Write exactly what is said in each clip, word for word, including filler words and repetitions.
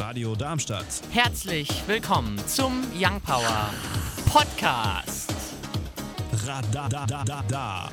Radio Darmstadt. Herzlich willkommen zum Young Power Podcast. Radadadada.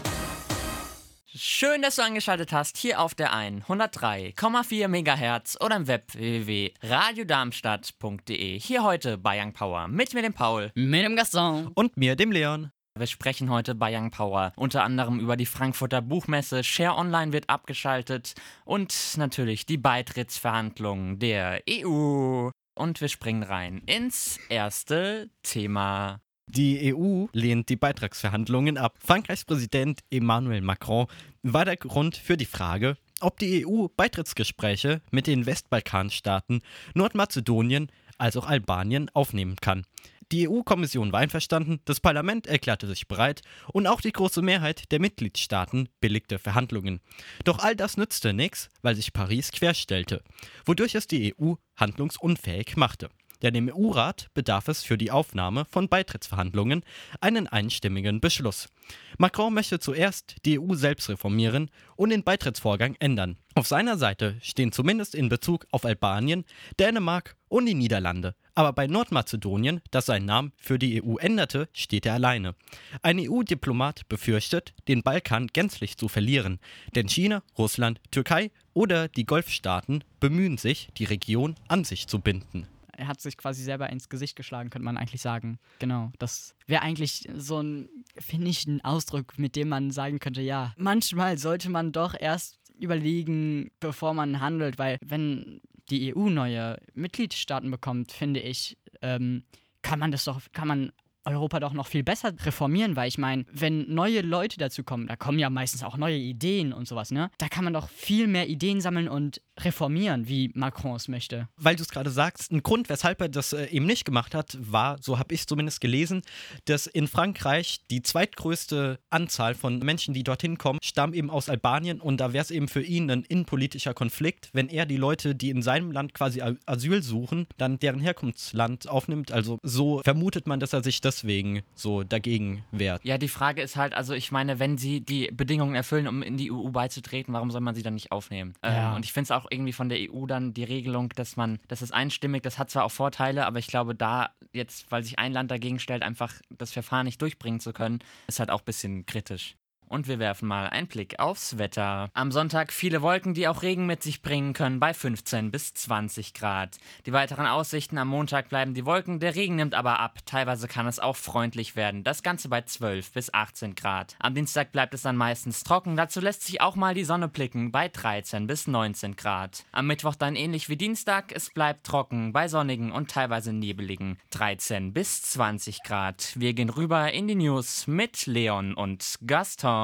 Schön, dass du eingeschaltet hast, hier auf der hundertdrei Komma vier Megahertz oder im Web w w w punkt radiodarmstadt punkt d e. Hier heute bei Young Power mit mir, dem Paul. Mit dem Gaston. Und mir, dem Leon. Wir sprechen heute bei Young Power unter anderem über die Frankfurter Buchmesse, Share Online wird abgeschaltet und natürlich die Beitrittsverhandlungen der E U. Und wir springen rein ins erste Thema. Die E U lehnt die Beitragsverhandlungen ab. Frankreichs Präsident Emmanuel Macron war der Grund für die Frage, ob die E U Beitrittsgespräche mit den Westbalkanstaaten, Nordmazedonien als auch Albanien aufnehmen kann. Die E U-Kommission war einverstanden, das Parlament erklärte sich bereit und auch die große Mehrheit der Mitgliedstaaten billigte Verhandlungen. Doch all das nützte nichts, weil sich Paris querstellte, wodurch es die E U handlungsunfähig machte. Denn im E U-Rat bedarf es für die Aufnahme von Beitrittsverhandlungen einen einstimmigen Beschluss. Macron möchte zuerst die E U selbst reformieren und den Beitrittsvorgang ändern. Auf seiner Seite stehen zumindest in Bezug auf Albanien, Dänemark und die Niederlande. Aber bei Nordmazedonien, das seinen Namen für die E U änderte, steht er alleine. Ein E U-Diplomat befürchtet, den Balkan gänzlich zu verlieren. Denn China, Russland, Türkei oder die Golfstaaten bemühen sich, die Region an sich zu binden. Er hat sich quasi selber ins Gesicht geschlagen, könnte man eigentlich sagen. Genau, das wäre eigentlich so ein, finde ich, ein Ausdruck, mit dem man sagen könnte, ja, manchmal sollte man doch erst überlegen, bevor man handelt, weil wenn die E U neue Mitgliedstaaten bekommt, finde ich, ähm, kann man das doch, kann man Europa doch noch viel besser reformieren, weil ich meine, wenn neue Leute dazu kommen, da kommen ja meistens auch neue Ideen und sowas, ne? Da kann man doch viel mehr Ideen sammeln und reformieren, wie Macron es möchte. Weil du es gerade sagst, ein Grund, weshalb er das äh, eben nicht gemacht hat, war, so habe ich es zumindest gelesen, dass in Frankreich die zweitgrößte Anzahl von Menschen, die dorthin kommen, stammen eben aus Albanien und da wäre es eben für ihn ein innenpolitischer Konflikt, wenn er die Leute, die in seinem Land quasi Asyl suchen, dann deren Herkunftsland aufnimmt. Also so vermutet man, dass er sich deswegen so dagegen wehrt. Ja, die Frage ist halt, also ich meine, wenn sie die Bedingungen erfüllen, um in die E U beizutreten, warum soll man sie dann nicht aufnehmen? Ja. Ähm, und ich finde es auch irgendwie von der E U dann die Regelung, dass man, das ist einstimmig, das hat zwar auch Vorteile, aber ich glaube, da jetzt, weil sich ein Land dagegen stellt, einfach das Verfahren nicht durchbringen zu können, ist halt auch ein bisschen kritisch. Und wir werfen mal einen Blick aufs Wetter. Am Sonntag viele Wolken, die auch Regen mit sich bringen können, bei fünfzehn bis zwanzig Grad. Die weiteren Aussichten: am Montag bleiben die Wolken, der Regen nimmt aber ab. Teilweise kann es auch freundlich werden. Das Ganze bei zwölf bis achtzehn Grad. Am Dienstag bleibt es dann meistens trocken. Dazu lässt sich auch mal die Sonne blicken, bei dreizehn bis neunzehn Grad. Am Mittwoch dann ähnlich wie Dienstag. Es bleibt trocken, bei sonnigen und teilweise nebeligen dreizehn bis zwanzig Grad. Wir gehen rüber in die News mit Leon und Gaston.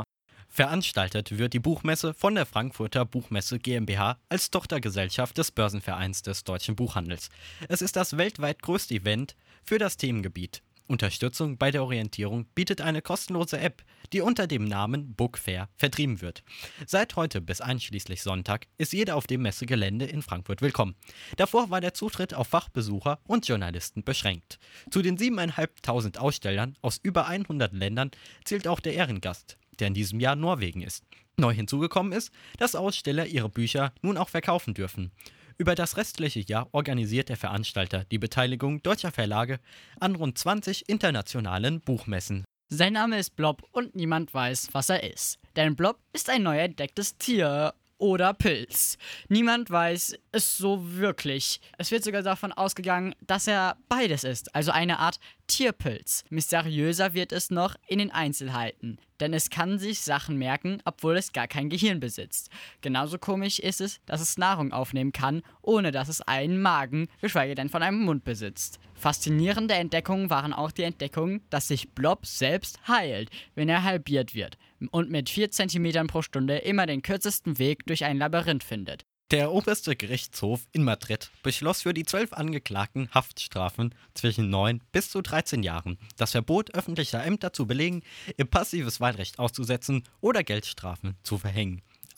Veranstaltet wird die Buchmesse von der Frankfurter Buchmesse GmbH als Tochtergesellschaft des Börsenvereins des Deutschen Buchhandels. Es ist das weltweit größte Event für das Themengebiet. Unterstützung bei der Orientierung bietet eine kostenlose App, die unter dem Namen Bookfair vertrieben wird. Seit heute bis einschließlich Sonntag ist jeder auf dem Messegelände in Frankfurt willkommen. Davor war der Zutritt auf Fachbesucher und Journalisten beschränkt. Zu den siebentausendfünfhundert Ausstellern aus über hundert Ländern zählt auch der Ehrengast, der in diesem Jahr Norwegen ist. Neu hinzugekommen ist, dass Aussteller ihre Bücher nun auch verkaufen dürfen. Über das restliche Jahr organisiert der Veranstalter die Beteiligung deutscher Verlage an rund zwanzig internationalen Buchmessen. Sein Name ist Blob und niemand weiß, was er ist. Denn Blob ist ein neu entdecktes Tier oder Pilz. Niemand weiß es so wirklich. Es wird sogar davon ausgegangen, dass er beides ist, also eine Art Tierpilz. Mysteriöser wird es noch in den Einzelheiten, denn es kann sich Sachen merken, obwohl es gar kein Gehirn besitzt. Genauso komisch ist es, dass es Nahrung aufnehmen kann, ohne dass es einen Magen, geschweige denn von einem Mund besitzt. Faszinierende Entdeckungen waren auch die Entdeckung, dass sich Blob selbst heilt, wenn er halbiert wird und mit vier Zentimetern pro Stunde immer den kürzesten Weg durch ein Labyrinth findet. Der oberste Gerichtshof in Madrid beschloss für die zwölf Angeklagten Haftstrafen zwischen neun bis zu dreizehn Jahren, das Verbot öffentlicher Ämter zu belegen, ihr passives Wahlrecht auszusetzen oder Geldstrafen zu verhängen.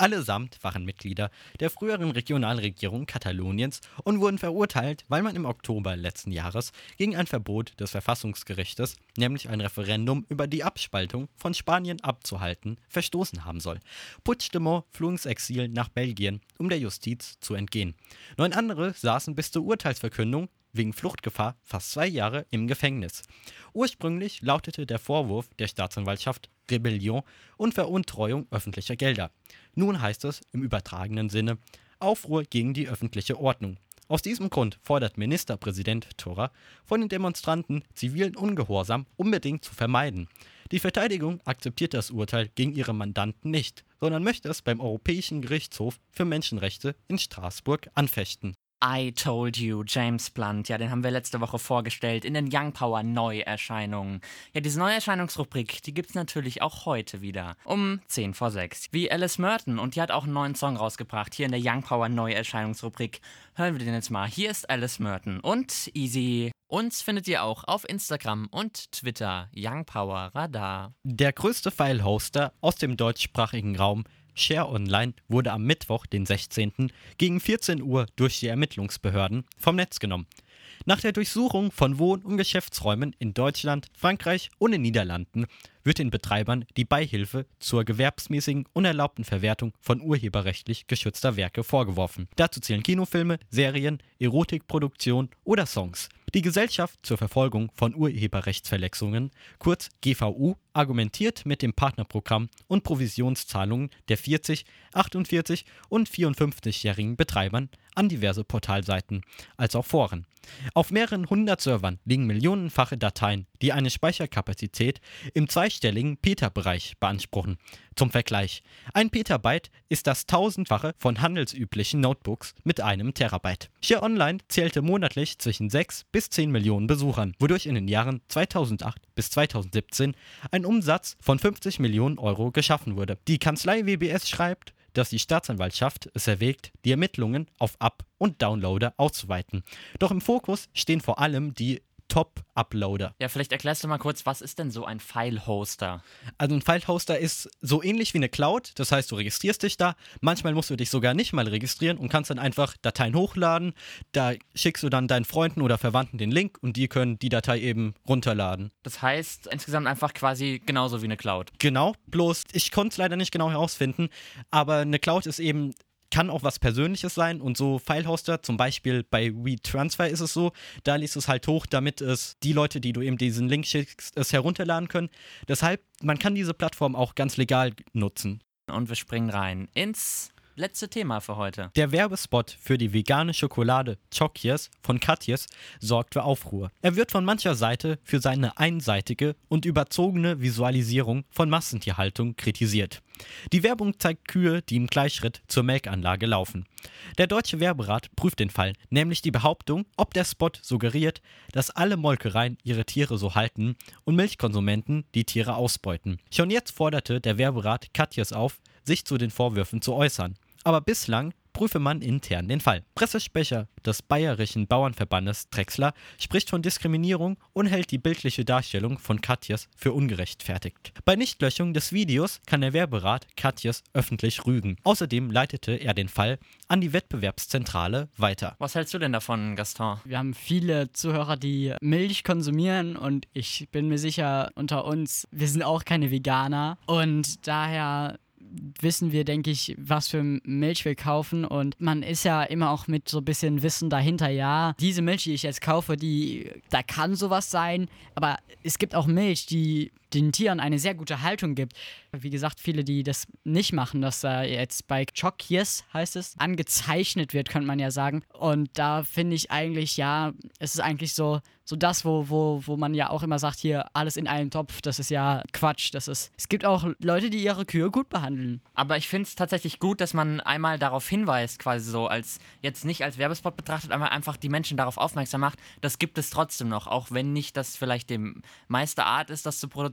Allesamt waren Mitglieder der früheren Regionalregierung Kataloniens und wurden verurteilt, weil man im Oktober letzten Jahres gegen ein Verbot des Verfassungsgerichtes, nämlich ein Referendum über die Abspaltung von Spanien abzuhalten, verstoßen haben soll. Puigdemont floh ins Exil nach Belgien, um der Justiz zu entgehen. Neun andere saßen bis zur Urteilsverkündung wegen Fluchtgefahr fast zwei Jahre im Gefängnis. Ursprünglich lautete der Vorwurf der Staatsanwaltschaft Rebellion und Veruntreuung öffentlicher Gelder. Nun heißt es im übertragenen Sinne Aufruhr gegen die öffentliche Ordnung. Aus diesem Grund fordert Ministerpräsident Torra von den Demonstranten, zivilen Ungehorsam unbedingt zu vermeiden. Die Verteidigung akzeptiert das Urteil gegen ihre Mandanten nicht, sondern möchte es beim Europäischen Gerichtshof für Menschenrechte in Straßburg anfechten. I Told You, James Blunt. Ja, den haben wir letzte Woche vorgestellt in den Young Power Neuerscheinungen. Ja, diese Neuerscheinungsrubrik, die gibt's natürlich auch heute wieder. Um zehn vor sechs. Wie Alice Merton. Und die hat auch einen neuen Song rausgebracht. Hier in der Young Power Neuerscheinungsrubrik. Hören wir den jetzt mal. Hier ist Alice Merton und Easy. Uns findet ihr auch auf Instagram und Twitter. Young Power Radar. Der größte File-Hoster aus dem deutschsprachigen Raum, Share Online, wurde am Mittwoch, den sechzehnten gegen vierzehn Uhr durch die Ermittlungsbehörden vom Netz genommen. Nach der Durchsuchung von Wohn- und Geschäftsräumen in Deutschland, Frankreich und den Niederlanden wird den Betreibern die Beihilfe zur gewerbsmäßigen, unerlaubten Verwertung von urheberrechtlich geschützter Werke vorgeworfen. Dazu zählen Kinofilme, Serien, Erotikproduktion oder Songs. Die Gesellschaft zur Verfolgung von Urheberrechtsverletzungen, kurz G V U, argumentiert mit dem Partnerprogramm und Provisionszahlungen der vierzig-, achtundvierzig- und vierundfünfzigjährigen Betreibern an diverse Portalseiten, als auch Foren. Auf mehreren hundert Servern liegen millionenfache Dateien, die eine Speicherkapazität im zweistelligen Petabereich beanspruchen. Zum Vergleich: Ein Petabyte ist das tausendfache von handelsüblichen Notebooks mit einem Terabyte. Share Online zählte monatlich zwischen sechs bis zehn Millionen Besuchern, wodurch in den Jahren zweitausendacht bis zweitausendsiebzehn ein Umsatz von fünfzig Millionen Euro geschaffen wurde. Die Kanzlei W B S schreibt, dass die Staatsanwaltschaft es erwägt, die Ermittlungen auf Up- und Downloader auszuweiten. Doch im Fokus stehen vor allem die Top-Uploader. Ja, vielleicht erklärst du mal kurz, was ist denn so ein File-Hoster? Also ein File-Hoster ist so ähnlich wie eine Cloud, das heißt, du registrierst dich da, manchmal musst du dich sogar nicht mal registrieren und kannst dann einfach Dateien hochladen, da schickst du dann deinen Freunden oder Verwandten den Link und die können die Datei eben runterladen. Das heißt, insgesamt einfach quasi genauso wie eine Cloud. Genau, bloß ich konnte es leider nicht genau herausfinden, aber eine Cloud ist eben kann auch was Persönliches sein und so File-Hoster, zum Beispiel bei WeTransfer ist es so, da liest du es halt hoch, damit es die Leute, die du eben diesen Link schickst, es herunterladen können. Deshalb, man kann diese Plattform auch ganz legal nutzen. Und wir springen rein ins letzte Thema für heute. Der Werbespot für die vegane Schokolade Chockies von Katjes sorgt für Aufruhr. Er wird von mancher Seite für seine einseitige und überzogene Visualisierung von Massentierhaltung kritisiert. Die Werbung zeigt Kühe, die im Gleichschritt zur Melkanlage laufen. Der Deutsche Werberat prüft den Fall, nämlich die Behauptung, ob der Spot suggeriert, dass alle Molkereien ihre Tiere so halten und Milchkonsumenten die Tiere ausbeuten. Schon jetzt forderte der Werberat Katjes auf, sich zu den Vorwürfen zu äußern. Aber bislang prüfe man intern den Fall. Pressesprecher des Bayerischen Bauernverbandes Drechsler spricht von Diskriminierung und hält die bildliche Darstellung von Katjes für ungerechtfertigt. Bei Nichtlöschung des Videos kann der Werberat Katjes öffentlich rügen. Außerdem leitete er den Fall an die Wettbewerbszentrale weiter. Was hältst du denn davon, Gaston? Wir haben viele Zuhörer, die Milch konsumieren und ich bin mir sicher, unter uns, wir sind auch keine Veganer und daher wissen wir, denke ich, was für Milch wir kaufen und man ist ja immer auch mit so ein bisschen Wissen dahinter, ja, diese Milch, die ich jetzt kaufe, die, da kann sowas sein, aber es gibt auch Milch, die den Tieren eine sehr gute Haltung gibt. Wie gesagt, viele, die das nicht machen, dass da jetzt bei Chockies, heißt es, angezeichnet wird, könnte man ja sagen. Und da finde ich eigentlich, ja, es ist eigentlich so, so das, wo, wo, wo man ja auch immer sagt, hier, alles in einen Topf, das ist ja Quatsch. Das ist, es gibt auch Leute, die ihre Kühe gut behandeln. Aber ich finde es tatsächlich gut, dass man einmal darauf hinweist, quasi so, als jetzt nicht als Werbespot betrachtet, aber einfach die Menschen darauf aufmerksam macht, das gibt es trotzdem noch, auch wenn nicht das vielleicht die meiste Art ist, das zu produzieren,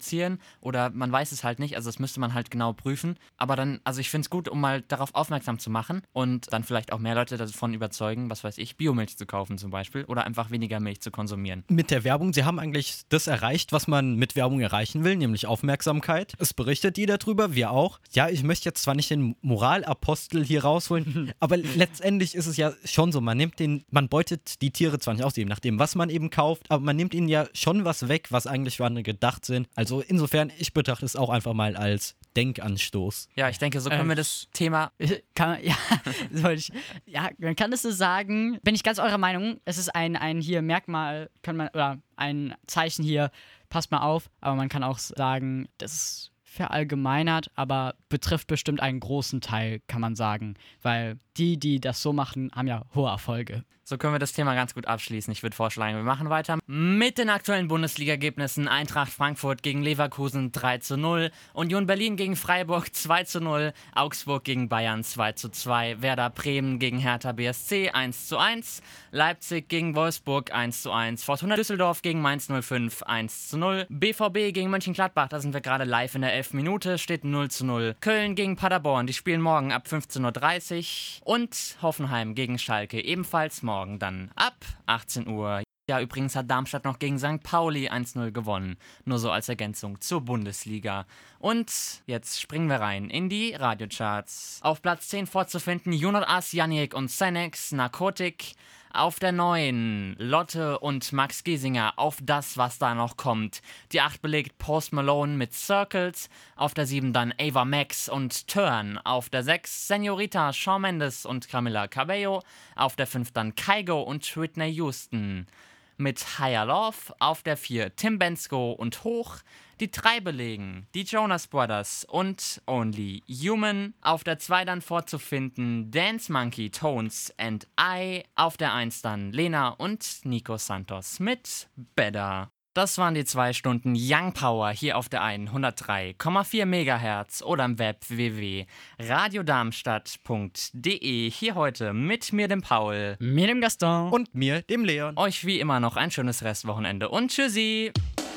produzieren oder man weiß es halt nicht, also das müsste man halt genau prüfen. Aber dann, also ich finde es gut, um mal darauf aufmerksam zu machen und dann vielleicht auch mehr Leute davon überzeugen, was weiß ich, Biomilch zu kaufen zum Beispiel oder einfach weniger Milch zu konsumieren. Mit der Werbung, sie haben eigentlich das erreicht, was man mit Werbung erreichen will, nämlich Aufmerksamkeit. Es berichtet jeder drüber, wir auch. Ja, ich möchte jetzt zwar nicht den Moralapostel hier rausholen, aber letztendlich ist es ja schon so, man nimmt den, man beutet die Tiere zwar nicht aus, je nachdem, was man eben kauft, aber man nimmt ihnen ja schon was weg, was eigentlich für andere gedacht sind. Also insofern, ich betrachte es auch einfach mal als Denkanstoß. Ja, ich denke, so können Ähm, wir das Thema... Kann man, ja, das wollte ich, ja, man kann es so sagen, bin ich ganz eurer Meinung, es ist ein, ein hier Merkmal, kann man, oder ein Zeichen hier, passt mal auf, aber man kann auch sagen, das ist verallgemeinert, aber betrifft bestimmt einen großen Teil, kann man sagen, weil die, die das so machen, haben ja hohe Erfolge. So können wir das Thema ganz gut abschließen. Ich würde vorschlagen, wir machen weiter mit den aktuellen Bundesliga-Ergebnissen. Eintracht Frankfurt gegen Leverkusen drei zu null, Union Berlin gegen Freiburg zwei zu null, Augsburg gegen Bayern zwei zu zwei, Werder Bremen gegen Hertha B S C eins zu eins, Leipzig gegen Wolfsburg eins zu eins, Fortuna Düsseldorf gegen Mainz null fünf eins zu null, B V B gegen Mönchengladbach, da sind wir gerade live in der elften Minute, steht null zu null, Köln gegen Paderborn, die spielen morgen ab fünfzehn Uhr dreißig und Hoffenheim gegen Schalke ebenfalls morgen. Morgen dann ab achtzehn Uhr. Ja, übrigens hat Darmstadt noch gegen Sankt Pauli eins zu null gewonnen. Nur so als Ergänzung zur Bundesliga. Und jetzt springen wir rein in die Radiocharts. Auf Platz zehn vorzufinden Junot As, Yannick und Senex, Narkotik. Auf der neun Lotte und Max Giesinger, auf das, was da noch kommt. Die acht belegt Post Malone mit Circles. Auf der sieben dann Ava Max und Turn. Auf der sechs Senorita, Shawn Mendes und Camila Cabello. Auf der fünf dann Kygo und Whitney Houston mit Higher Love. Auf der vier Tim Bensko und Hoch. Die drei belegen die Jonas Brothers und Only Human. Auf der zwei dann vorzufinden Dance Monkey, Tones and I. Auf der eins dann Lena und Nico Santos mit Better. Das waren die zwei Stunden Young Power hier auf der einen hundertdrei Komma vier Megahertz oder im Web w w w punkt radiodarmstadt punkt de. Hier heute mit mir, dem Paul. Mir, dem Gaston. Und mir, dem Leon. Euch wie immer noch ein schönes Restwochenende und tschüssi.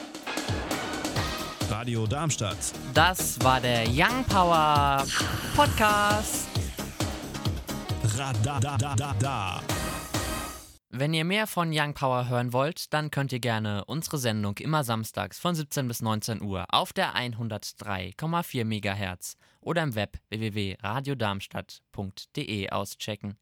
Radio Darmstadt. Das war der Young Power Podcast. Radadadada. Wenn ihr mehr von Young Power hören wollt, dann könnt ihr gerne unsere Sendung immer samstags von siebzehn bis neunzehn Uhr auf der hundertdrei Komma vier Megahertz oder im Web w w w punkt radiodarmstadt punkt de auschecken.